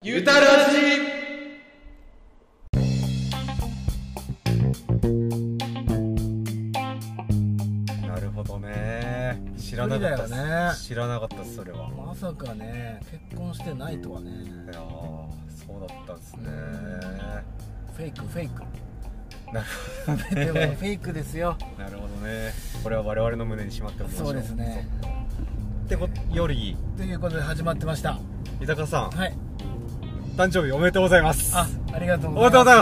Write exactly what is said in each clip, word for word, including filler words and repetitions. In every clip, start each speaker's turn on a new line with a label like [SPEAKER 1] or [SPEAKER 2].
[SPEAKER 1] ゆたらじ。なるほどね。知らなかったっす、
[SPEAKER 2] ね、
[SPEAKER 1] 知らなかったっす。それは
[SPEAKER 2] まさかね、結婚してないとはね。
[SPEAKER 1] いやそうだったんですね。
[SPEAKER 2] フェイクフェイク
[SPEAKER 1] なるほどね。
[SPEAKER 2] でもフェイクですよ。
[SPEAKER 1] なるほどね。これは我々の胸にしまっておきましょう。
[SPEAKER 2] そうですね。
[SPEAKER 1] ってことより
[SPEAKER 2] ということで始まってました。
[SPEAKER 1] 豊さん、
[SPEAKER 2] はい、
[SPEAKER 1] 誕生日おめでとうございます。
[SPEAKER 2] あ、ありがとうございます。
[SPEAKER 1] おめでとうございます。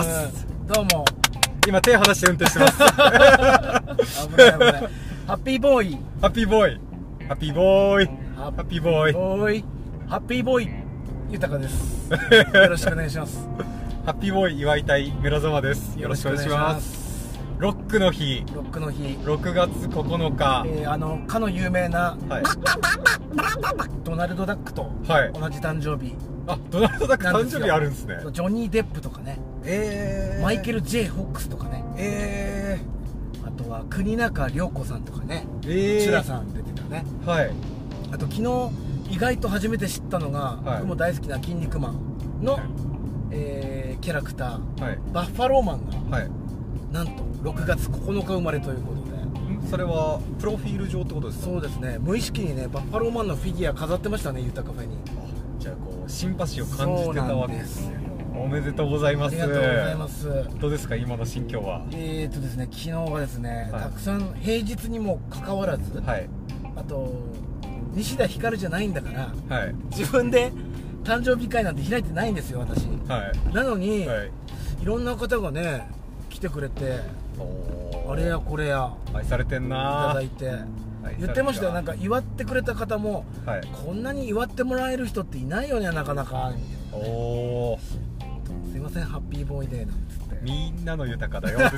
[SPEAKER 2] どうも。
[SPEAKER 1] 今手離して運転してます。
[SPEAKER 2] 危ない危ない。ハッピーボーイ。
[SPEAKER 1] ハッピーボーイ。ハッピーボーイ。
[SPEAKER 2] ハ
[SPEAKER 1] ッピーボーイ。
[SPEAKER 2] ボーイ。ハッピーボーイ。豊です。よろしくお願いします。
[SPEAKER 1] ハッピーボーイ祝いたいメロゾマです。よろしくお願いします。ロックの日。
[SPEAKER 2] ロックの日。
[SPEAKER 1] ろくがつここのか。
[SPEAKER 2] えー、あのかの有名な、はい、ドナルドダックと同じ誕生日。
[SPEAKER 1] はい、あ、ドナルドダック誕生日あるんですね。
[SPEAKER 2] ジョニー・デップとかね。えー、マイケル・ジェイ・ホックスとかね。
[SPEAKER 1] え
[SPEAKER 2] ー、あとは国中涼子さんとかね。
[SPEAKER 1] えー、
[SPEAKER 2] チュラさん出てたね。
[SPEAKER 1] はい。
[SPEAKER 2] あと昨日意外と初めて知ったのが、はい、僕も大好きな筋肉マンの、はい、えー、キャラクター、はい、バッファローマンが、はい、なんとろくがつここのか生まれということで。
[SPEAKER 1] それはプロフィール上ってことですか？
[SPEAKER 2] そうですね。無意識にね、バッファローマンのフィギュア飾ってましたね、ユタカフェに。
[SPEAKER 1] じゃあこうシンパシーを感じてたわけですね。おめでとうございます。
[SPEAKER 2] ありがとうございます。
[SPEAKER 1] どうですか今の心境は？
[SPEAKER 2] えーとですね、昨日はですね、はい、たくさん平日にもかかわらず、はい、あと西田ひかるじゃないんだから、はい、自分で誕生日会なんて開いてないんですよ私、はい、なのに、はい、いろんな方がね来てくれて、あれやこれや
[SPEAKER 1] 愛されてんな、
[SPEAKER 2] いただいて言ってましたよ。なんか祝ってくれた方も、はい、こんなに祝ってもらえる人っていないよねなかなか。おー、すいませんハッピーボーイデーなんつって、
[SPEAKER 1] みんなの豊かだよ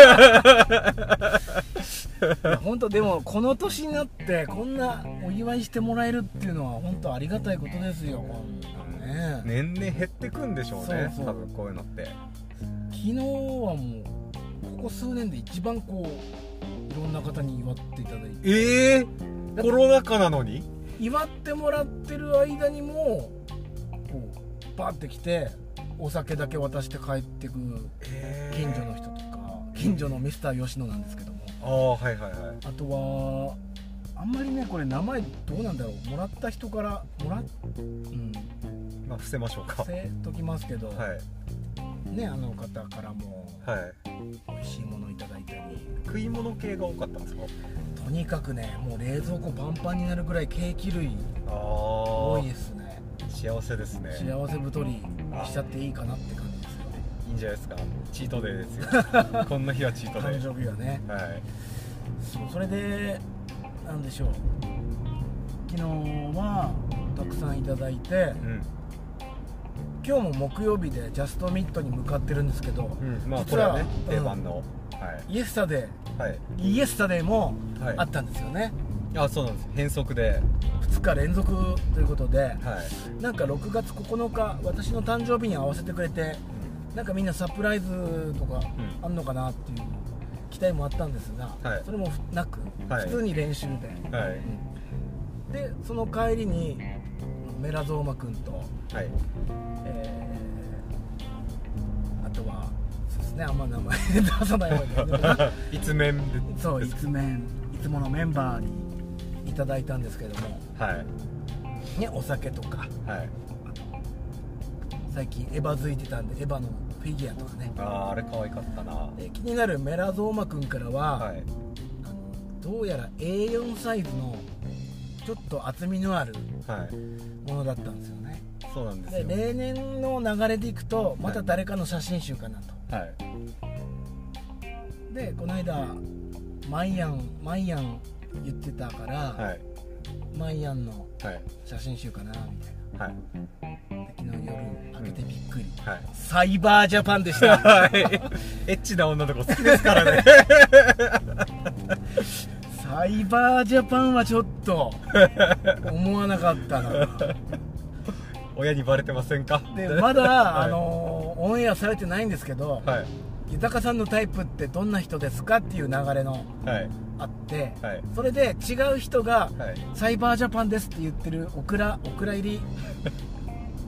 [SPEAKER 1] ですよ。
[SPEAKER 2] 本当でもこの年になってこんなお祝いしてもらえるっていうのは本当ありがたいことですよ。
[SPEAKER 1] ね、年々減ってくんでしょうね。そうそう、多分こういうのって
[SPEAKER 2] 昨日はもうここ数年で一番こういろんな方に祝っていただいて。
[SPEAKER 1] ええー、コロナ禍なのに
[SPEAKER 2] 祝ってもらってる間にもこうバーって来てお酒だけ渡して帰ってく近所の人とか、近所のミスター吉野なんですけども、
[SPEAKER 1] ああ、はいはいはい。
[SPEAKER 2] あとはあんまりねこれ名前どうなんだろう、もらった人からもらっ、うん、
[SPEAKER 1] まあ伏せましょうか。
[SPEAKER 2] 伏せときますけど、
[SPEAKER 1] はい
[SPEAKER 2] ね、あの方からも、はい、美味しいものいただいたり。
[SPEAKER 1] 食い物系が多かったんですか？
[SPEAKER 2] とにかくね、もう冷蔵庫パンパンになるぐらいケーキ類多いですね。
[SPEAKER 1] 幸せですね。
[SPEAKER 2] 幸せ太りしちゃっていいかなって感じですよ。
[SPEAKER 1] いいんじゃないですか。チートデーですよ。こんな日はチートデー。
[SPEAKER 2] 誕生日はね。はい。そう、それでなんでしょう。昨日はたくさんいただいて、うん、今日も木曜日でジャストミットに向かってるんですけど、うん、まあ実はこれはね定番の、うん、はい、イエスタデー、はい、イエスタデーもあったんですよね。
[SPEAKER 1] はい、あ、そうなんです。変則で
[SPEAKER 2] ふつか連続ということで、はい、なんかろくがつここのか私の誕生日に合わせてくれて、うん、なんかみんなサプライズとかあんのかなっていう期待もあったんですが、はい、それもなく、はい、普通に練習で、はい、うん、でその帰りにメラゾーマ君と、はい、えー、あとはそうですね、あんま名前出さない方がいい
[SPEAKER 1] 一面
[SPEAKER 2] そう一面いつものメンバーにいただいたんですけども、はいね、お酒とか、はい、最近エヴァ付いてたんでエヴァのフィギュアとかね、
[SPEAKER 1] ああ、あれ可愛かったな。
[SPEAKER 2] で気になるメラゾーマ君からは、はい、あのどうやら エーよん サイズのちょっと厚みのあるものだったんですよね。
[SPEAKER 1] そうなんですよ。
[SPEAKER 2] で例年の流れでいくとまた誰かの写真集かなと、はい、でこの間マイアンマイアン言ってたから、はい、マイアンの写真集かなみたいな、はい、で昨日夜開けてびっくり、うん、はい、サイバージャパンでした、はい、
[SPEAKER 1] エッチな女の子好きですからね。
[SPEAKER 2] サイバージャパンはちょっと思わなかったな。
[SPEAKER 1] 親にバレてませんか？
[SPEAKER 2] でまだ、はい、あのオンエアされてないんですけど、はい、豊さんのタイプってどんな人ですかっていう流れの、はい、あって、はい、それで違う人が、はい、サイバージャパンですって言ってるオクラオクラ入り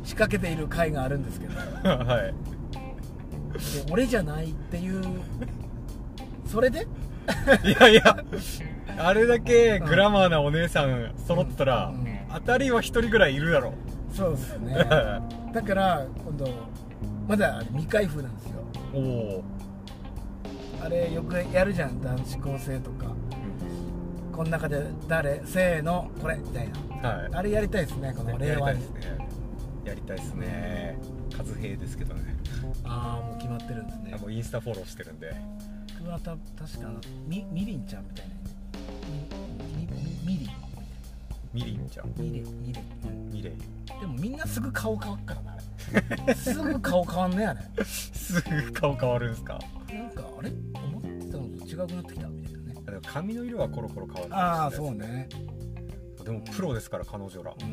[SPEAKER 2] 仕掛けている回があるんですけど、
[SPEAKER 1] はい、
[SPEAKER 2] で俺じゃないっていう、それで
[SPEAKER 1] いやいや、あれだけグラマーなお姉さん揃ってたら、うんうん、当たりは一人ぐらいいるだろう。
[SPEAKER 2] そうですねだから今度まだ未開封なんですよ。おお、あれよくやるじゃん、男子高生とか、うん、この中で誰せーのこれみたいな、はい、あれやりたいですね、この令和に。
[SPEAKER 1] やりたいですね。和平ですけどね。
[SPEAKER 2] ああ、もう決まってるんですね。
[SPEAKER 1] もうインスタフォローしてるんで。
[SPEAKER 2] 僕はた確かみみりんちゃんみたいな、みみみりん
[SPEAKER 1] みりんちゃん
[SPEAKER 2] みれいみれい
[SPEAKER 1] みれい。
[SPEAKER 2] でもみんなすぐ顔変わっからな、あれすぐ顔変わんね、あれ
[SPEAKER 1] すぐ顔変わるんすか。
[SPEAKER 2] なんかあれ思ってたのと違くなってきたみたいなね。
[SPEAKER 1] でも髪の色はコロコロ変わるんですね。
[SPEAKER 2] ああ、そうね。
[SPEAKER 1] でもプロですから、彼女ら。うん、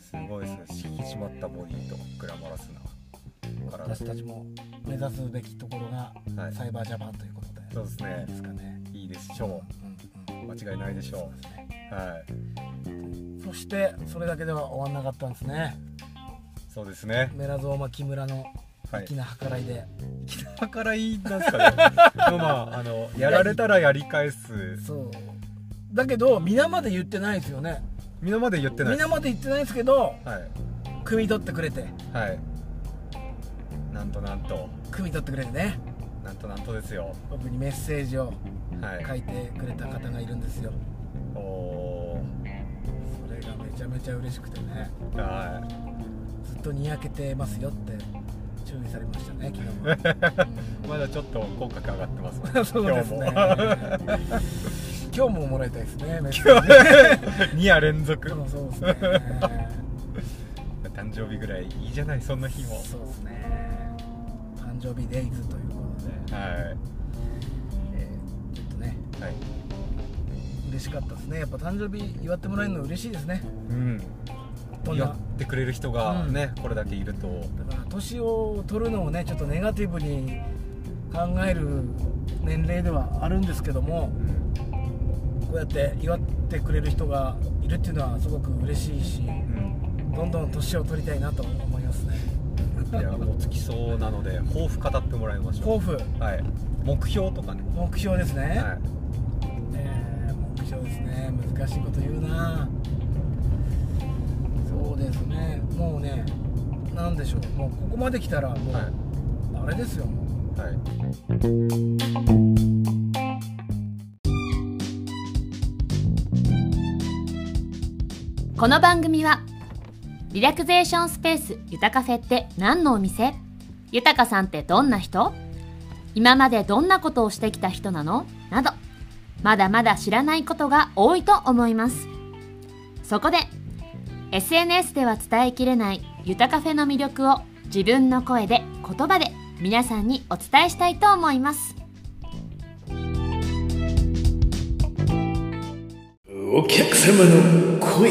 [SPEAKER 1] すごいですね。引き締まったボディとグラマラスな。
[SPEAKER 2] 私たちも目指すべきところがサイバージャパンということで、はい、
[SPEAKER 1] そうですね。
[SPEAKER 2] いいですかね。
[SPEAKER 1] いいでしょう。うんうん、間違いないでしょう。そうですね。はい。
[SPEAKER 2] そしてそれだけでは終わんなかったんですね。
[SPEAKER 1] そうですね。
[SPEAKER 2] メラゾーマ木村の粋な計らいで、
[SPEAKER 1] 粋な計らいなんですかね。でもまああのやられたらやり返す。
[SPEAKER 2] そう。だけど皆まで言ってないですよね。
[SPEAKER 1] 皆まで言ってない。
[SPEAKER 2] 皆まで言ってないですけど、はい、汲み取ってくれて。
[SPEAKER 1] はい。なんとなんと
[SPEAKER 2] 汲み取ってくれてね。
[SPEAKER 1] なんとなんとですよ。
[SPEAKER 2] 僕にメッセージを書いてくれた方がいるんですよ。はい、おお。それがめちゃめちゃ嬉しくてね。はい。ずっとにやけてますよって注意されましたね、昨日は。
[SPEAKER 1] まだちょっと口角上がってますね。
[SPEAKER 2] そうですね。今日ももらいたいですね。
[SPEAKER 1] に夜連続。
[SPEAKER 2] そうそうですね。
[SPEAKER 1] 誕生日ぐらいいいじゃない、そんな日も。
[SPEAKER 2] そうですね。誕生日デイズということで、はい、えー、ちょっとね、はい、嬉しかったですね。やっぱ誕生日祝ってもらえるの嬉しいですね。うん。
[SPEAKER 1] 祝ってくれる人がね、うん、これだけいると。
[SPEAKER 2] だから年を取るのをね、ちょっとネガティブに考える年齢ではあるんですけども、うん、こうやって祝ってくれる人がいるっていうのはすごく嬉しいし、うん、どんどん年を取りたいなと思いますね。
[SPEAKER 1] いや、もうつきそうなので抱負語ってもらいましょう。
[SPEAKER 2] 抱負、
[SPEAKER 1] はい、目標とかね。
[SPEAKER 2] 目標ですね、はい、えー、目標ですね。難しいこと言うな。そうですね、もうね、なんでしょう、もうここまで来たらもう、はい、あれですよ、もう、はい、
[SPEAKER 3] この番組はリラクゼーションスペースゆたカフェって何のお店？ゆたかさんってどんな人？今までどんなことをしてきた人なの？など、まだまだ知らないことが多いと思います。そこで エスエヌエス では伝えきれないゆたカフェの魅力を自分の声で言葉で皆さんにお伝えしたいと思います。
[SPEAKER 2] お客様の声、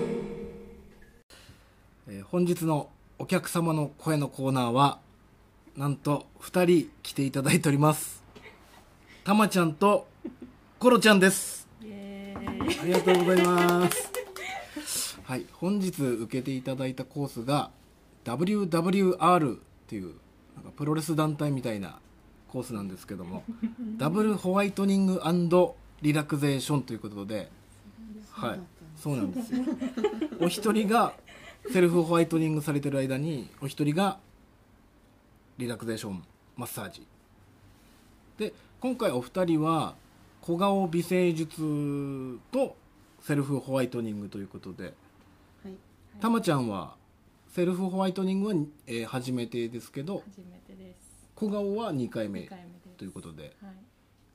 [SPEAKER 2] えー、本日のお客様の声のコーナーはなんとふたり来ていただいております。たまちゃんとコロちゃんです。イエーイ、ありがとうございますはい、本日受けていただいたコースが ダブリューダブリューアール っていうなんかプロレス団体みたいなコースなんですけどもダブルホワイトニング&リラクゼーションということで、はい、そうなんですよお一人がセルフホワイトニングされてる間にお一人がリラクゼーションマッサージで、今回お二人は小顔美声術とセルフホワイトニングということで、はいはい、たまちゃんはセルフホワイトニングは、えー、初めてですけど、
[SPEAKER 4] 初めてです。
[SPEAKER 2] 小顔はにかいめということで、はい、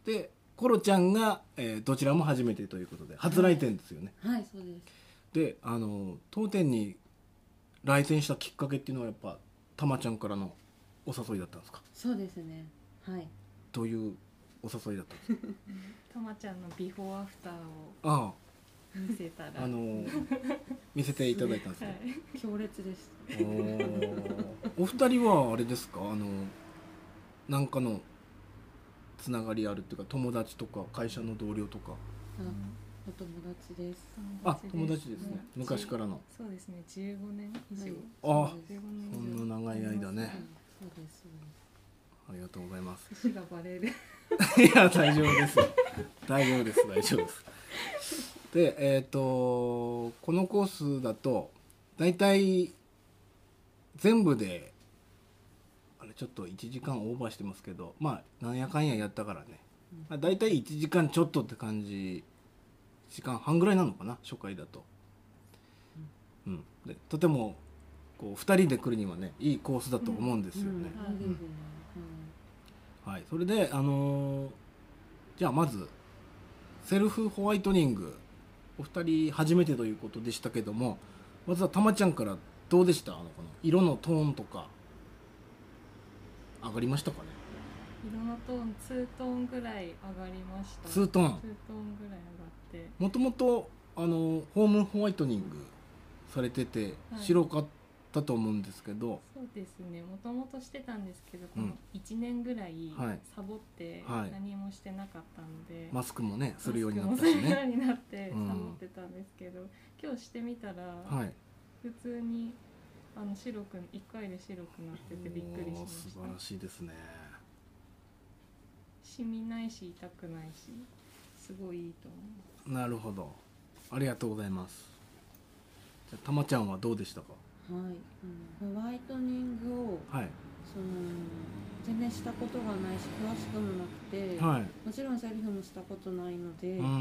[SPEAKER 2] でコロちゃんが、えー、どちらも初めてということで初来店ですよね。
[SPEAKER 4] はい、はい、そうです。
[SPEAKER 2] で、あの当店に来店したきっかけっていうのはやっぱたまちゃんからのお誘いだったんですか？
[SPEAKER 4] そうですね、はい。
[SPEAKER 2] どういうお誘いだったんですか？
[SPEAKER 4] たまちゃんのビフォーアフターを見せたら
[SPEAKER 2] あの見せていただいたんですか？はい、
[SPEAKER 4] 強烈でした。
[SPEAKER 2] お二人はあれですか、あのなんかのつながりあるっていうか、友達とか会社の同僚とか？
[SPEAKER 4] お友達です。
[SPEAKER 2] あ、友達ですね。昔からの。
[SPEAKER 4] そうですね。じゅうごねん以上。
[SPEAKER 2] あ、そんな長い間ね。
[SPEAKER 4] そうです。
[SPEAKER 2] ありがとうございます。
[SPEAKER 4] 年がバレる。
[SPEAKER 2] いや、大丈夫ですよ。大丈夫です。大丈夫です。で、えっとこのコースだとだいたい全部であれちょっといちじかんオーバーしてますけど、まあなんやかんややったからね。うん、だいたいいちじかんちょっとって感じ。いちじかんはんぐらいなのかな、初回だと。うん。で、とてもこうふたりで来るにはね、いいコースだと思うんですよね。はい、それで、あのー、じゃあまずセルフホワイトニングお二人初めてということでしたけども、まずはたまちゃんからどうでした？あのこの色のトーンとか上がりましたかね？
[SPEAKER 4] 色のトーンツートーンぐらい上がりました。
[SPEAKER 2] ツートーン
[SPEAKER 4] ツートーンぐらい上がって、
[SPEAKER 2] もともとあのホームホワイトニングされてて白かったと思うんですけど、はい、
[SPEAKER 4] そうですね、もともとしてたんですけど、このいちねんぐらいサボって何もしてなかったので、はい、
[SPEAKER 2] マスクもねするようになったしね、
[SPEAKER 4] マスクもするようになってサボってたんですけど、うん、今日してみたら、はい、普通にあの白くいっかいで白くなっててびっくりしました。
[SPEAKER 2] 素晴らしいですね。
[SPEAKER 4] シミないし痛くないしすごいいいと思
[SPEAKER 2] う。なるほど、ありがとうございます。じゃあたまちゃんはどうでしたか？
[SPEAKER 5] はい、うん、ホワイトニングを、はい、その全然したことがないし詳しくもなくて、はい、もちろんセルフもしたことないので、うん、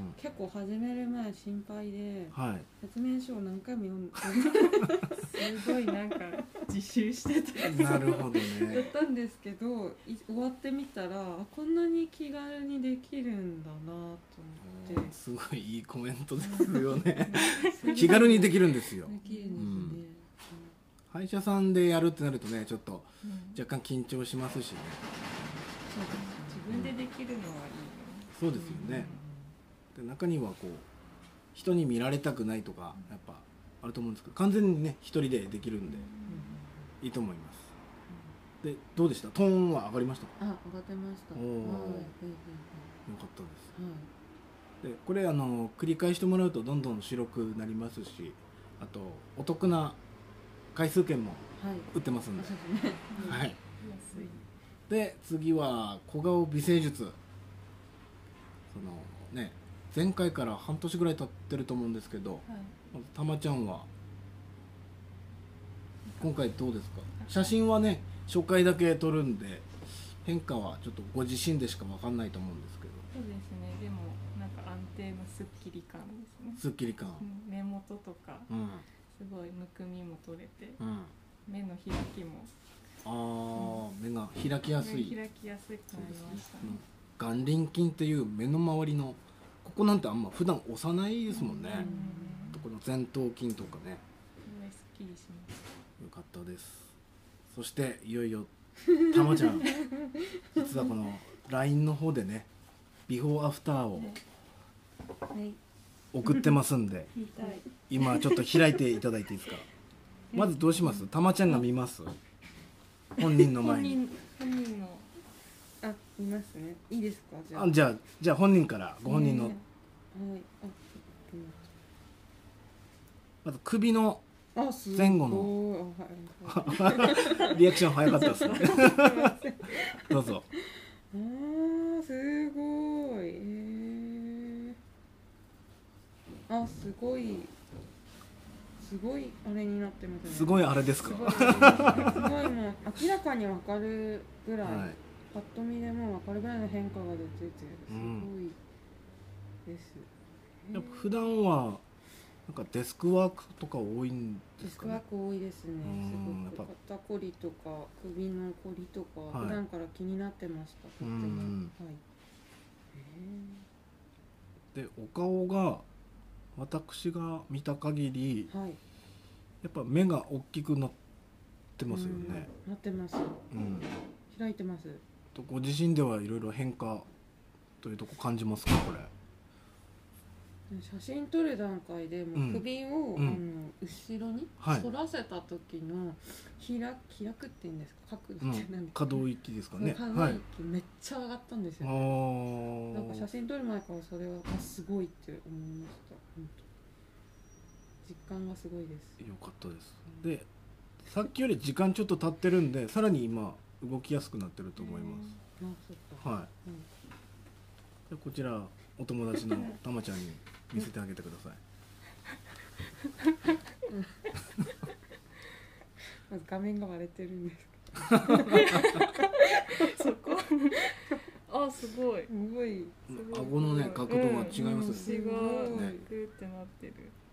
[SPEAKER 5] 結構始める前心配で、はい、説明書を何回も読んですごいなんか自習してた
[SPEAKER 2] なるほどね
[SPEAKER 5] やったんですけど、終わってみたらこんなに気軽にできるんだなと思って、
[SPEAKER 2] すごいいいコメントですよね気軽にできるんですよ。
[SPEAKER 5] できるんですね、うん
[SPEAKER 2] 歯医者さんでやるってなるとねちょっと若干緊張しますしね、
[SPEAKER 4] うん、自分でできるのはいいよね。
[SPEAKER 2] そうですよね、うん、で中にはこう人に見られたくないとかやっぱあると思うんですけど、完全にね一人でできるんでいいと思います、うん、でどうでした？トーンは上がりましたか？
[SPEAKER 5] あ、上がってました。お、はい、よかった
[SPEAKER 2] です、はい、でこれあの繰り返してもらうとどんどん白くなりますし、あとお得な回数券も売ってますんで、はい、はい、で次は小顔美声術。そのね前回から半年ぐらい経ってると思うんですけど、はい、たまちゃんは今回どうですか？写真はね初回だけ撮るんで変化はちょっとご自身でしか分かんないと思うんですけど。
[SPEAKER 4] そうですね、でもなんか安定のスッキリ感ですね。
[SPEAKER 2] スッキリ感、
[SPEAKER 4] うん、目元とか、うん、すごいむくみも取れて、うん、目の開きも
[SPEAKER 2] あ、うん、目が開きやすい。
[SPEAKER 4] 目開きやすくなりましたね。
[SPEAKER 2] 眼輪筋っていう目の周りのここなんてあんま普段押さないですもんね、うん、この前頭筋とかね、
[SPEAKER 4] すっきりします。
[SPEAKER 2] よかったです。そしていよいよたまちゃん実はこの ライン の方でねビフォーアフターを送ってますんで、今ちょっと開いていただいていいですか？まずどうします？たまちゃんが見ます？本人の前に。
[SPEAKER 5] 本人、本人のあ、見ますね。いいですか？じゃあ。
[SPEAKER 2] あ、じゃあ、じゃあ本人からご本人の。
[SPEAKER 5] はい。あ、
[SPEAKER 2] まず首の前後のリアクション早かったですね。どうぞ。
[SPEAKER 5] あー、すごい。えー、あ、すごい。すごいあれになってますね。
[SPEAKER 2] すごいあれですか？すごい、
[SPEAKER 5] すごいもう明らかに分かるぐらい、はい、パッと見でも分かるぐらいの変化が出ててすごいです。
[SPEAKER 2] うん、やっぱ普段はなんかデスクワークとか多いんですかね？
[SPEAKER 5] デスクワーク多いですね。すごく肩こりとか首のこりとか、はい、普段から気になってました。とっても、はい。
[SPEAKER 2] でお顔が私が見た限り、はい、やっぱ目が大きくなってますよね。
[SPEAKER 5] なってます、うん、開いてます。
[SPEAKER 2] とご自身ではいろいろ変化というとこ感じますか？これ
[SPEAKER 5] 写真撮る段階でもう首を、うん、あの後ろに反らせた時の開開くっていうんですか、角度って何ですか、
[SPEAKER 2] 可動域ですかね。
[SPEAKER 5] 可動域めっちゃ上がったんですよ、ね、なんか写真撮る前からそれはすごいって思いました。本当実感がすごいです。
[SPEAKER 2] よかったです。でさっきより時間ちょっと経ってるんでさらに今動きやすくなってると思います。
[SPEAKER 5] あ、そっか。
[SPEAKER 2] はい、うん、でこちらお友達のたまちゃんに見せてあげてください。
[SPEAKER 5] まず画面が割れてるんです
[SPEAKER 4] そこあ、すごいす
[SPEAKER 5] ごい
[SPEAKER 2] 顎のね角度が違いますよね。
[SPEAKER 4] 違う、グーってなってる。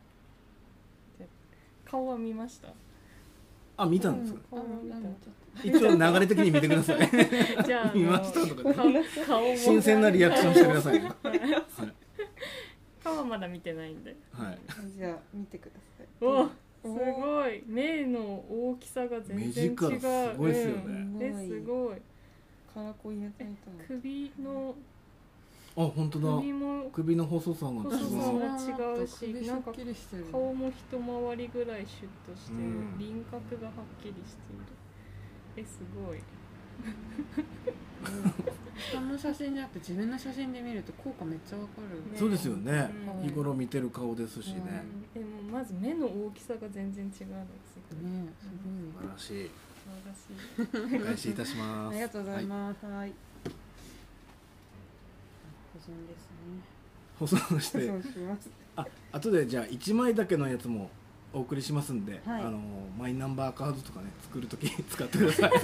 [SPEAKER 4] 顔は見ました？
[SPEAKER 2] あ、見たんですか？
[SPEAKER 5] うん、
[SPEAKER 2] 一応流れ的に見てください。
[SPEAKER 4] じゃあ
[SPEAKER 2] 見ましたとか、
[SPEAKER 4] ね、顔も
[SPEAKER 2] 新鮮なリアクションしてください、ね。はい、
[SPEAKER 4] 顔はまだ見てないんで。
[SPEAKER 2] はい。
[SPEAKER 5] じゃあ見てください。
[SPEAKER 4] お、すごい。目の大きさが全然違う。
[SPEAKER 2] 目力すごいですよね。
[SPEAKER 4] うん、え、すごい。
[SPEAKER 5] カラコ入れてみたい。
[SPEAKER 4] 首の。
[SPEAKER 2] あ、本当だ。首も首の細さも
[SPEAKER 4] 違う。細さも違うし、なんか顔も一回りぐらいシュッとして、うん、輪郭がはっきりしている。え、すごい。
[SPEAKER 5] 人の写真じゃなくて自分の写真で見ると効果めっちゃわかる、
[SPEAKER 2] ね、そうですよね、うん、日頃見てる顔ですしね、
[SPEAKER 4] うん、でもまず目の大きさが全然違うのです
[SPEAKER 5] ね。
[SPEAKER 2] すごい
[SPEAKER 4] 素晴らしい。素晴らしい。
[SPEAKER 2] お返しいたします。
[SPEAKER 5] ありがとうございます。はい、はい、保存ですね。
[SPEAKER 2] 保存して
[SPEAKER 5] 保存します。
[SPEAKER 2] あ、後でじゃあいちまいだけのやつもお送りしますんで、
[SPEAKER 5] はい、
[SPEAKER 2] あのマイナンバーカードとかね作るとき使ってください。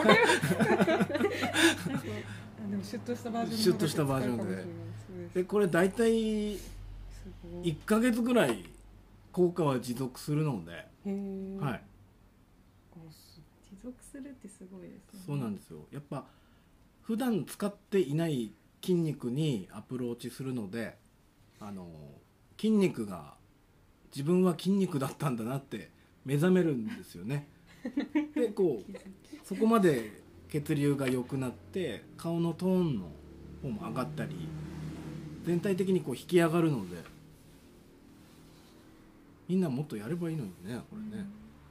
[SPEAKER 5] でもシュッとしたバージョン
[SPEAKER 2] シュッとしたバージョンで、でこれだいたいいっかげつぐらい効果は持続するので、
[SPEAKER 5] へー、
[SPEAKER 2] はい。
[SPEAKER 4] 持続するってすごいですね。
[SPEAKER 2] そうなんですよ。やっぱ普段使っていない筋肉にアプローチするので、あの筋肉が自分は筋肉だったんだなって目覚めるんですよね。でこうそこまで血流が良くなって顔のトーンの方も上がったり全体的にこう引き上がるので、みんなもっとやればいいのにねこれね、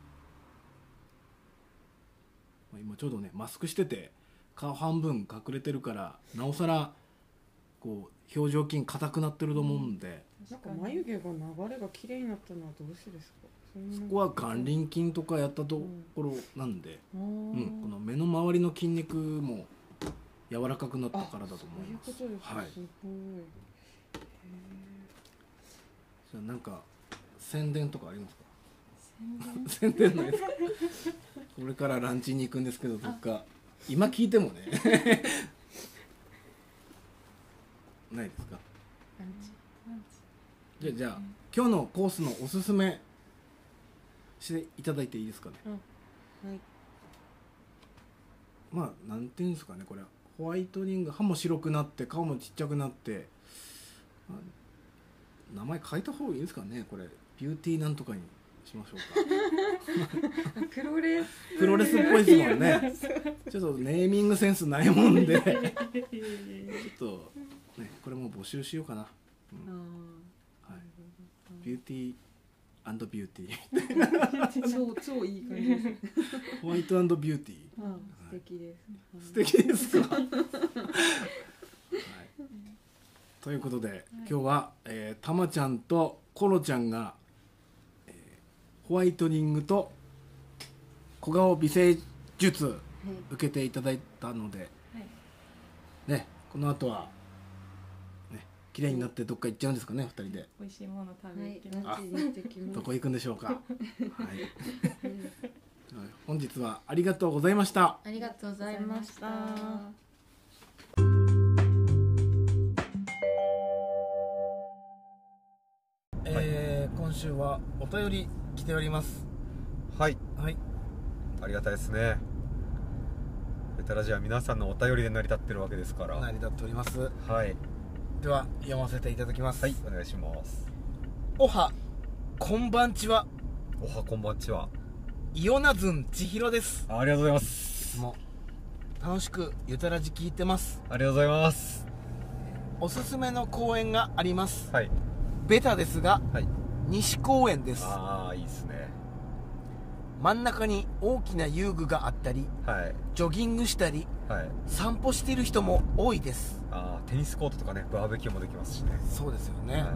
[SPEAKER 2] うん、今ちょうどねマスクしてて顔半分隠れてるからなおさらこう表情筋硬くなってると思うんで、
[SPEAKER 5] なんか眉毛が流れが綺麗になったのはどうしてですか？
[SPEAKER 2] そこは眼輪筋とかやったところなんで、うんうん、この目の周りの筋肉も柔らかくなったからだと思います。
[SPEAKER 5] そういうことです、はい、すごい。
[SPEAKER 2] じゃあなんか宣伝とかありますか？
[SPEAKER 4] 宣伝
[SPEAKER 2] 宣伝ないですか？これからランチに行くんですけど、どっか今聞いてもねないですか？
[SPEAKER 4] ランチランチ
[SPEAKER 2] じゃあ、じゃあ今日のコースのおすすめしていただいていいですかね？
[SPEAKER 5] うん、はい。
[SPEAKER 2] まあなんていうんですかね、これホワイトニング、歯も白くなって顔もちっちゃくなって、まあ、名前変えた方がいいですかね。これビューティーなんとかにしましょうか。
[SPEAKER 5] プロレス
[SPEAKER 2] プロレスっぽいですもんね。ちょっとネーミングセンスないもんでちょっとねこれも募集しようかな、うん、はい、ビューティー&ビューティー
[SPEAKER 5] 超超いい感じです。
[SPEAKER 2] ホワイト&ビューティー、
[SPEAKER 5] ああ、素敵です。
[SPEAKER 2] 素敵ですか？はい、ということで、はい、今日は、えー、たまちゃんとコロちゃんが、えー、ホワイトニングと小顔美声術受けていただいたので、はい、ね、この後は綺麗になってどっか行っちゃうんですかね、ふたりで。
[SPEAKER 4] 美味しいもの食べに行
[SPEAKER 5] きます。
[SPEAKER 2] どこ行くんでしょうか。はい。本日はありがとうございました。
[SPEAKER 5] ありがとうございました。
[SPEAKER 2] えー、今週はお便り来ております。
[SPEAKER 1] はい。
[SPEAKER 2] はい。
[SPEAKER 1] ありがたいですね。ベタラジは皆さんのお便りで成り立ってるわけですから。
[SPEAKER 2] 成り立っております。
[SPEAKER 1] はい。
[SPEAKER 2] では読ませていただきます。
[SPEAKER 1] はい、お願いします。
[SPEAKER 2] おはこんばんちは。
[SPEAKER 1] おはこんばんちは。
[SPEAKER 2] イオナズン千尋です。
[SPEAKER 1] ありがとうございます。
[SPEAKER 2] もう楽しくゆたらじ聞いてます。
[SPEAKER 1] ありがとうございます。
[SPEAKER 2] おすすめの公演があります。
[SPEAKER 1] はい。
[SPEAKER 2] ベタですが、
[SPEAKER 1] はい、
[SPEAKER 2] 西公園です。
[SPEAKER 1] ああ、いいですね。
[SPEAKER 2] 真ん中に大きな遊具があったり、はい、ジョギングしたり、はい、散歩している人も多いです。
[SPEAKER 1] ああ、テニスコートとかね、バーベキューもできますしね。
[SPEAKER 2] そうですよね、はい、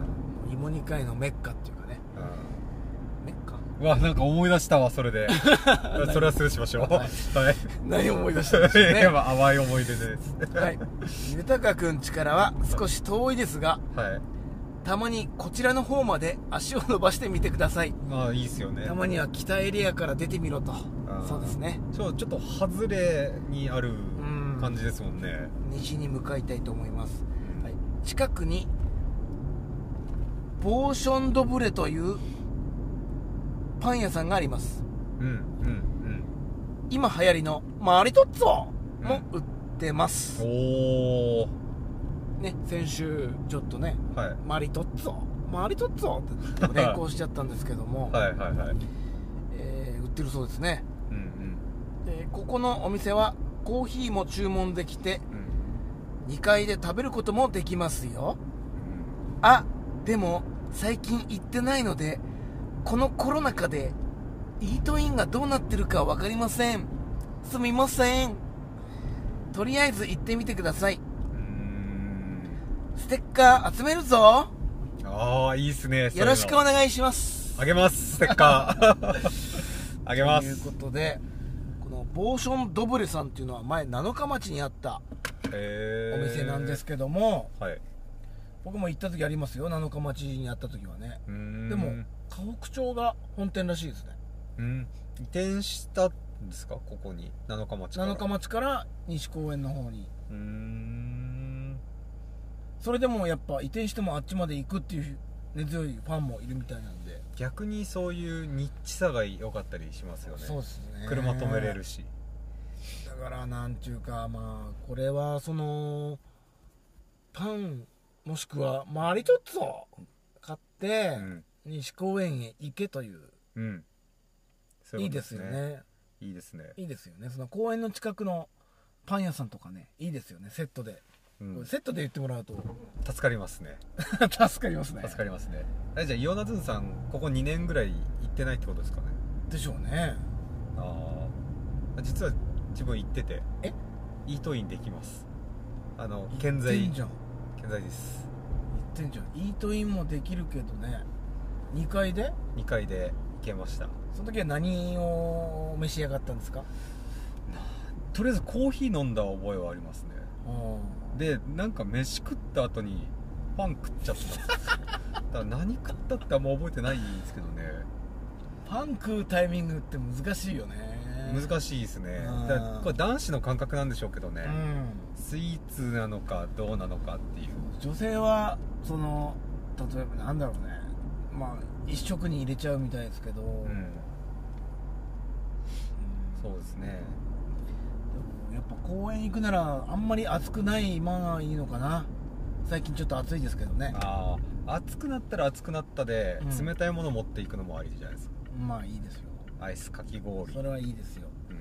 [SPEAKER 2] 芋煮会のメッカっていうかね、
[SPEAKER 1] メッカうわ、なんか思い出したわ、それでそれはスルーしましょう。はい、はい、
[SPEAKER 2] 何を思い出したんですかね。
[SPEAKER 1] 淡い思い出です
[SPEAKER 2] はい、豊くん家からは少し遠いですが、はい、たまにこちらの方まで足を伸ばしてみてください。
[SPEAKER 1] ああ、いいですよね。
[SPEAKER 2] たまには北エリアから出てみろと。そうですね。
[SPEAKER 1] ちょ、ちょっと外れにある感じですもんね。
[SPEAKER 2] 西に向かいたいと思います、うん、はい、近くにボーションドブレというパン屋さんがあります。うんうんうん。今流行りのマリトッツォも売ってます、うん、おーね、先週ちょっとね、はい、マリトッツォマリトッツォって連行しちゃったんですけどもはいはいはい、えー、売ってるそうですね。うんうん。で、ここのお店はコーヒーも注文できて、うん、にかいで食べることもできますよ、うん、あ、でも最近行ってないのでこのコロナ禍でイートインがどうなってるか分かりません。すみません。とりあえず行ってみてください。ステッカー集めるぞ。
[SPEAKER 1] ああ、いいっすね。
[SPEAKER 2] よろしくお願いします。
[SPEAKER 1] あげます、ステッカーあげます。
[SPEAKER 2] ということで、このボーションドブレさんっていうのは前七日町にあったお店なんですけども、はい、僕も行った時ありますよ。七日町にあった時はね。でも河北町が本店らしいですね。
[SPEAKER 1] うん、移転したんですか、ここに。七日町から
[SPEAKER 2] 七日町から西公園の方に。うーん、それでもやっぱ移転してもあっちまで行くっていう根強いファンもいるみたいなんで、
[SPEAKER 1] 逆にそういうニッチさが良かったりしますよね。
[SPEAKER 2] そうですね。
[SPEAKER 1] 車止めれるし。
[SPEAKER 2] だからなんていうか、まあこれはそのパンもしくはマリトッツォ買って、うん、西公園へ行けという、うん、そういうことですね。いいですよね。
[SPEAKER 1] いいですね。
[SPEAKER 2] いいですよね。その公園の近くのパン屋さんとかね、いいですよね。セットで、うん、セットで言ってもらうと
[SPEAKER 1] 助かりますね
[SPEAKER 2] 助かりますね。
[SPEAKER 1] 助かりますね。え、じゃあイオナズンさんここにねんぐらい行ってないってことですかね。
[SPEAKER 2] でしょうね。
[SPEAKER 1] ああ、実は自分行ってて、え、イートインできます。あの健在健在です。
[SPEAKER 2] 行ってんじゃん。イートインもできるけどね。にかいで
[SPEAKER 1] にかいで行けました。
[SPEAKER 2] その時は何を召し上がったんですか。
[SPEAKER 1] とりあえずコーヒー飲んだ覚えはありますね。で、なんか飯食った後にパン食っちゃったんですよだから何食ったってあんま覚えてないんですけどね。
[SPEAKER 2] パン食うタイミングって難しいよね。
[SPEAKER 1] 難しいですね。だからこれ男子の感覚なんでしょうけどね、うん、スイーツなのかどうなのかっていう。
[SPEAKER 2] 女性はその例えばなんだろうね、まあ一食に入れちゃうみたいですけど、うんうん、
[SPEAKER 1] そうですね。
[SPEAKER 2] やっぱ公園行くならあんまり暑くない今がいいのかな。最近ちょっと暑いですけどね。
[SPEAKER 1] ああ、暑くなったら暑くなったで、うん、冷たいもの持っていくのもありじゃないですか。
[SPEAKER 2] まあいいですよ。
[SPEAKER 1] アイスかき氷、
[SPEAKER 2] それはいいですよ、うん、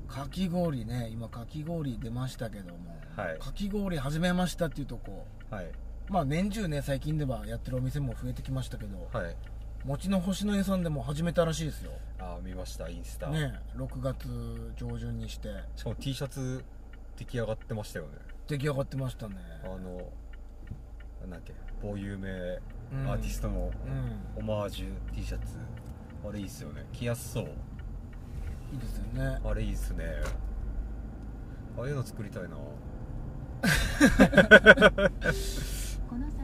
[SPEAKER 2] かき氷ね。今かき氷出ましたけども、はい、かき氷始めましたっていうとこ、はい、まあ年中ね最近ではやってるお店も増えてきましたけど、はい、餅の星の絵さんでも始めたらしいですよ。あ
[SPEAKER 1] あ、見ました、インスタ
[SPEAKER 2] ね。ろくがつ上旬にして、
[SPEAKER 1] しかも T シャツ出来上がってましたよね。
[SPEAKER 2] 出来上がってましたね。
[SPEAKER 1] あのなんだっけ、某有名アーティストのオマージュ T シャツ、うん、あれいいっすよね。着やすそう。
[SPEAKER 2] いいですよね。
[SPEAKER 1] あれいいっすね。ああいうの作りたいなこの先一時停止があります。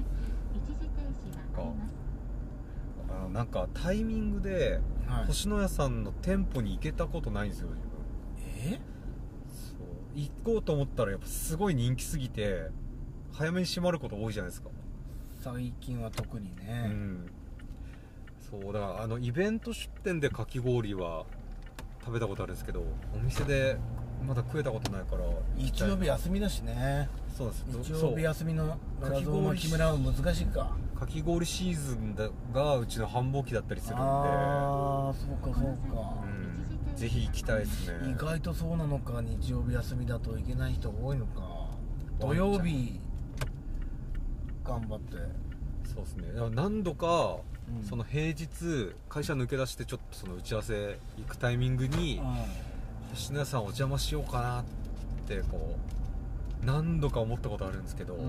[SPEAKER 1] あのなんかタイミングで、はい、星のやさんの店舗に行けたことないんですよ自分。え？そう行こうと思ったらやっぱすごい人気すぎて早めに閉まること多いじゃないですか
[SPEAKER 2] 最近は。特にね、うん、
[SPEAKER 1] そうだから、あのイベント出店でかき氷は食べたことあるんですけど、お店でまだ食えたことないから。
[SPEAKER 2] 日曜日休みだしね。
[SPEAKER 1] そうです。
[SPEAKER 2] 日曜日休みのかき氷決めらうの難しいか。
[SPEAKER 1] かき氷シーズンがうちの繁忙期だったりするんで。
[SPEAKER 2] ああ、そうかそうか、
[SPEAKER 1] うん、ぜひ行きたいですね。
[SPEAKER 2] 意外とそうなのか。日曜日休みだと行けない人多いのか。土曜日頑張って。
[SPEAKER 1] そうですね。何度か、うん、その平日会社抜け出してちょっとその打ち合わせ行くタイミングに星野屋さんお邪魔しようかなってこう何度か思ったことあるんですけど、うん、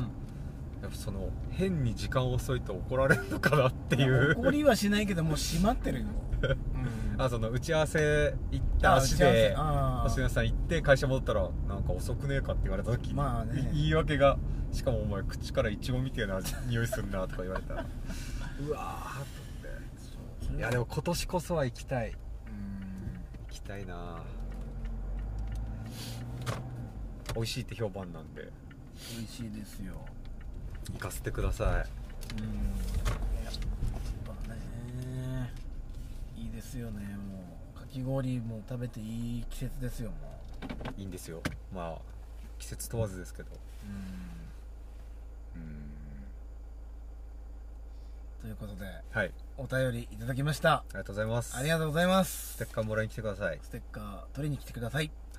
[SPEAKER 1] やっぱその変に時間遅いと怒られるのかなっていう。
[SPEAKER 2] 怒りはしないけどもう閉まってるよ。
[SPEAKER 1] うん、あその打ち合わせ行った足で星野さん行って会社戻ったらなんか遅くねえかって言われた時に、まあね、言い訳がしかもお前口からイチゴみたいな匂いするなとか言われたらうわーって。いやでも今年こそは行きたい。うん行きたいな。美味しいって評判なんで。
[SPEAKER 2] 美味しいですよ。
[SPEAKER 1] 行かせてください。うん
[SPEAKER 2] やっぱねいいですよね。もうかき氷も食べていい季節ですよ。も
[SPEAKER 1] ういいんですよ。まあ季節問わずですけど。うんうん
[SPEAKER 2] ということで、
[SPEAKER 1] はい、
[SPEAKER 2] お便りいただきました。あ
[SPEAKER 1] りがとうございます。
[SPEAKER 2] ありがとうございます。
[SPEAKER 1] ステッカーもらいに来てください。
[SPEAKER 2] ステッカー取りに来てください。
[SPEAKER 1] はい。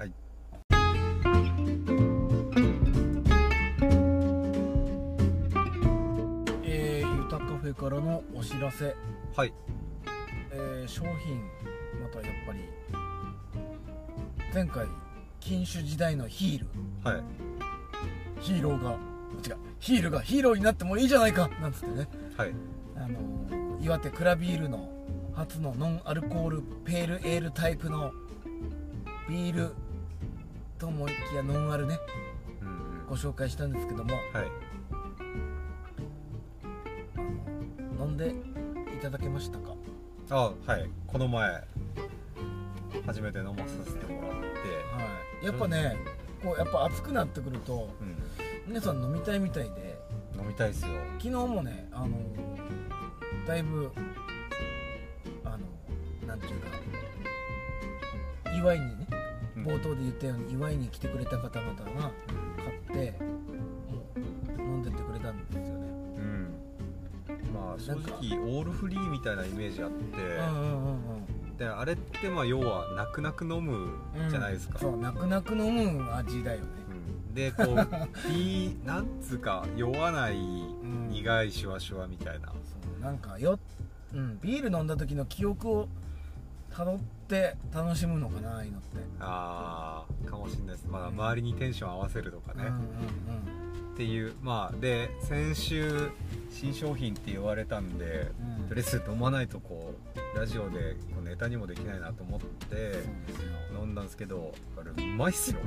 [SPEAKER 2] えー、ゆたカフェからのお知らせ。
[SPEAKER 1] はい。
[SPEAKER 2] えー、商品またやっぱり前回禁酒時代のヒール。
[SPEAKER 1] はい。
[SPEAKER 2] ヒーローが違うヒールがヒーローになってもいいじゃないかなんつってね。
[SPEAKER 1] はい。
[SPEAKER 2] あの岩手クラビールの初のノンアルコールペールエールタイプのビールと思いきやノンアルね、うんうん、ご紹介したんですけども、はい、あの飲んでいただけましたか？
[SPEAKER 1] あ、はい。この前初めて飲まさせてもらって、は
[SPEAKER 2] い、やっぱね、こうやっぱ暑くなってくると、うん、皆さん飲みたいみたいで。
[SPEAKER 1] 飲みたいですよ。
[SPEAKER 2] 昨日もね、あのだいぶあのなんていうか祝いにね、冒頭で言ったように祝いに来てくれた方々が買ってもう飲んでってくれたんですよね。
[SPEAKER 1] うん。まあ正直オールフリーみたいなイメージあって、うんうんうんうん、であれってまあ要は泣く泣く飲むじゃないですか。
[SPEAKER 2] うん、そう泣く泣く飲む味だよね。
[SPEAKER 1] うん、でこういいなんつうか酔わない、うん、苦いシュワシュワみたいな。
[SPEAKER 2] そうなんかよ、うん、ビール飲んだ時の記憶を辿って楽しむのかな、ああいうのって。
[SPEAKER 1] ああかもしれないです。まあ、周りにテンション合わせるとかね、うんうんうん、っていう。まあで先週新商品って言われたんで、うん、とりあえず飲まないとこうラジオでこうネタにもできないなと思って飲んだんですけど、あれうまいっすよ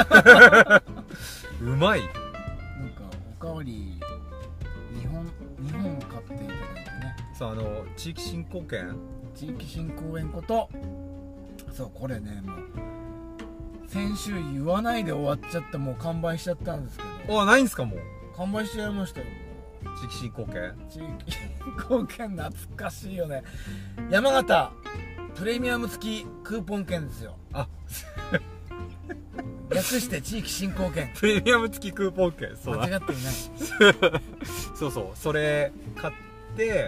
[SPEAKER 1] うまい。なんか
[SPEAKER 2] おかわりにほんにほん買っていただいてね。
[SPEAKER 1] そう、あの地域振興券
[SPEAKER 2] 地域振興園こと、そうこれね、もう先週言わないで終わっちゃって、もう完売しちゃったんですけど。
[SPEAKER 1] あ、ないんすか？もう
[SPEAKER 2] 完売しちゃいましたよ。
[SPEAKER 1] 地域振興券
[SPEAKER 2] 地域振興券懐かしいよね。山形プレミアム付きクーポン券ですよ。あ略して地域振興券。
[SPEAKER 1] プレミアム付きクーポン券。
[SPEAKER 2] そう間違っていない
[SPEAKER 1] そうそう、それ買って、うん、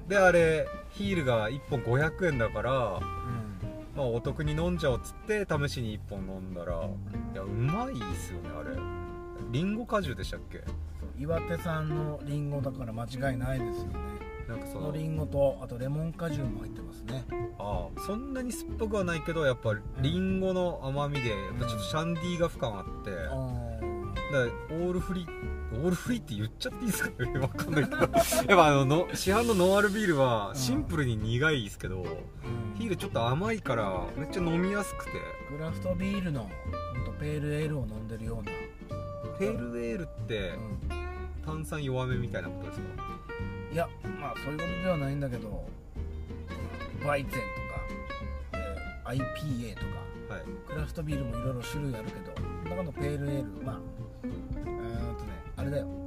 [SPEAKER 1] であれヒールがいっぽんごひゃくえんだから、うん、まあお得に飲んじゃおうっつって試しにいっぽん飲んだら、いやうまいっすよね。あれリンゴ果汁でしたっけ？
[SPEAKER 2] 岩手産のリンゴだから間違いないですよね。なんかそのリンゴとあとレモン果汁も入ってますね。
[SPEAKER 1] ああ、そんなに酸っぱくはないけどやっぱリンゴの甘みでやっぱちょっとシャンディーが深があって、うん、だからオールフリーオールフリーって言っちゃっていいですかね、わかんないけどやっぱあのの市販のノンアルビールはシンプルに苦いですけど、うん、ヒールちょっと甘いからめっちゃ飲みやすくて、
[SPEAKER 2] クラフトビールのほんとペールエールを飲んでるような。
[SPEAKER 1] ペールエールって、うん、炭酸弱めみたいなことですか？
[SPEAKER 2] いや、まあそういうことではないんだけど、バイゼンとか、えー、アイピーエー とか、はい、クラフトビールもいろいろ種類あるけど、中のペールエール、まあえーっとね、あれだよ、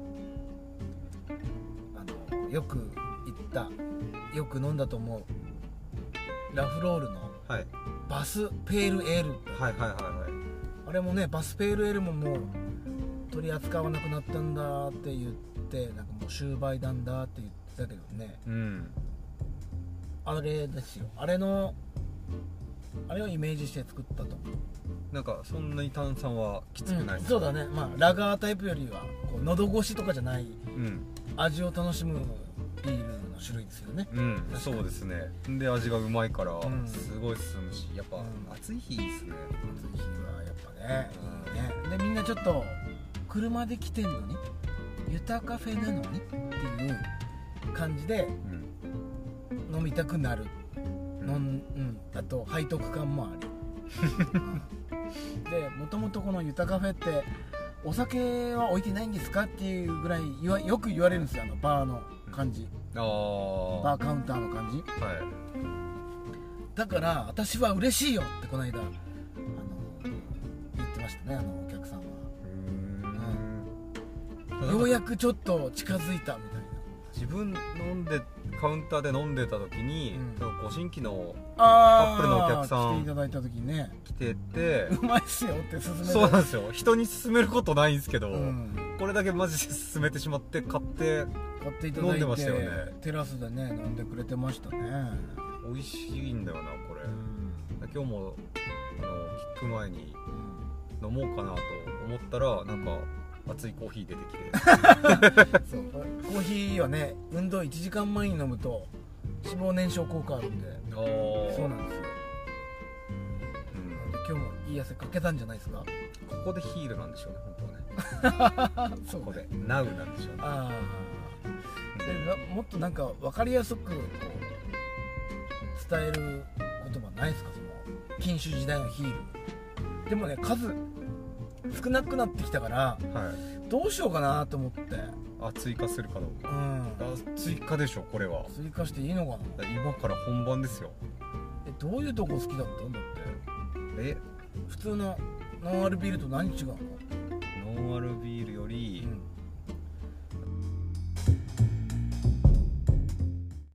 [SPEAKER 2] あのよく言ったよく飲んだと思うラフロールのバスペールエールって、はいはいはいはい、あれもね、バスペールエールももう取り扱わなくなったんだって言って、なんかもう終売なんだって言ってたけどね、うん、あれですよ、あれのあれをイメージして作ったと。
[SPEAKER 1] なんかそんなに炭酸はきつくない、
[SPEAKER 2] うん、そうだね、まあラガータイプよりはこう喉越しとかじゃない、うん、 味を楽しむビールの種類ですよね。
[SPEAKER 1] うん、そうですね。で味がうまいからすごい進むし、やっぱ暑い日いいですね。
[SPEAKER 2] 暑い日はやっぱね、いいね。でみんなちょっと車で来てんのにユタカフェなのにっていう感じで飲みたくなる、うんうん、あと背徳感もありでもともとこのユタカフェってお酒は置いてないんですかっていうぐらい言わよく言われるんですよ、あのバーの感じ、あーバーカウンターの感じ、はい、だから私は嬉しいよってこの間あの言ってましたね、あのお客さんは。うーん、うん、ようやくちょっと近づいたみたいな。
[SPEAKER 1] 自分飲んでカウンターで飲んでた時に、うん、ご新規のカップルのお客さん
[SPEAKER 2] 来ていただいた時にね、
[SPEAKER 1] 来てて
[SPEAKER 2] うまいっすよって勧めて、
[SPEAKER 1] そうなんですよ、人に勧めることないんですけど、うん、これだけマジで勧めてしまって買って
[SPEAKER 2] 買っていただいて飲んでましたよね。テラスでね飲んでくれてましたね。
[SPEAKER 1] 美味しいんだよなこれ、うん、今日もあのキック前に飲もうかなと思ったらなんか熱いコーヒー出てきて
[SPEAKER 2] そうコーヒーはね運動いちじかんまえに飲むと脂肪燃焼効果あるんで、あそうなんですよ、うん、今日もいい汗かけたんじゃないですか。
[SPEAKER 1] ここでヒールなんでしょうね本当はね
[SPEAKER 2] そう
[SPEAKER 1] ここでナウなんでしょうね。あ
[SPEAKER 2] でもっとなんか分かりやすくこう伝える言葉ないですか、その禁酒時代のヒール。でもね数少なくなってきたから、はい、どうしようかなと思って。
[SPEAKER 1] あ追加するかどうか、うん、あ追加でしょこれは。
[SPEAKER 2] 追加していいのかな。
[SPEAKER 1] 今から本番ですよ。
[SPEAKER 2] えどういうとこ好きだったんだって。え普通のノンアルビールと何違うの。
[SPEAKER 1] ノンアルビールより、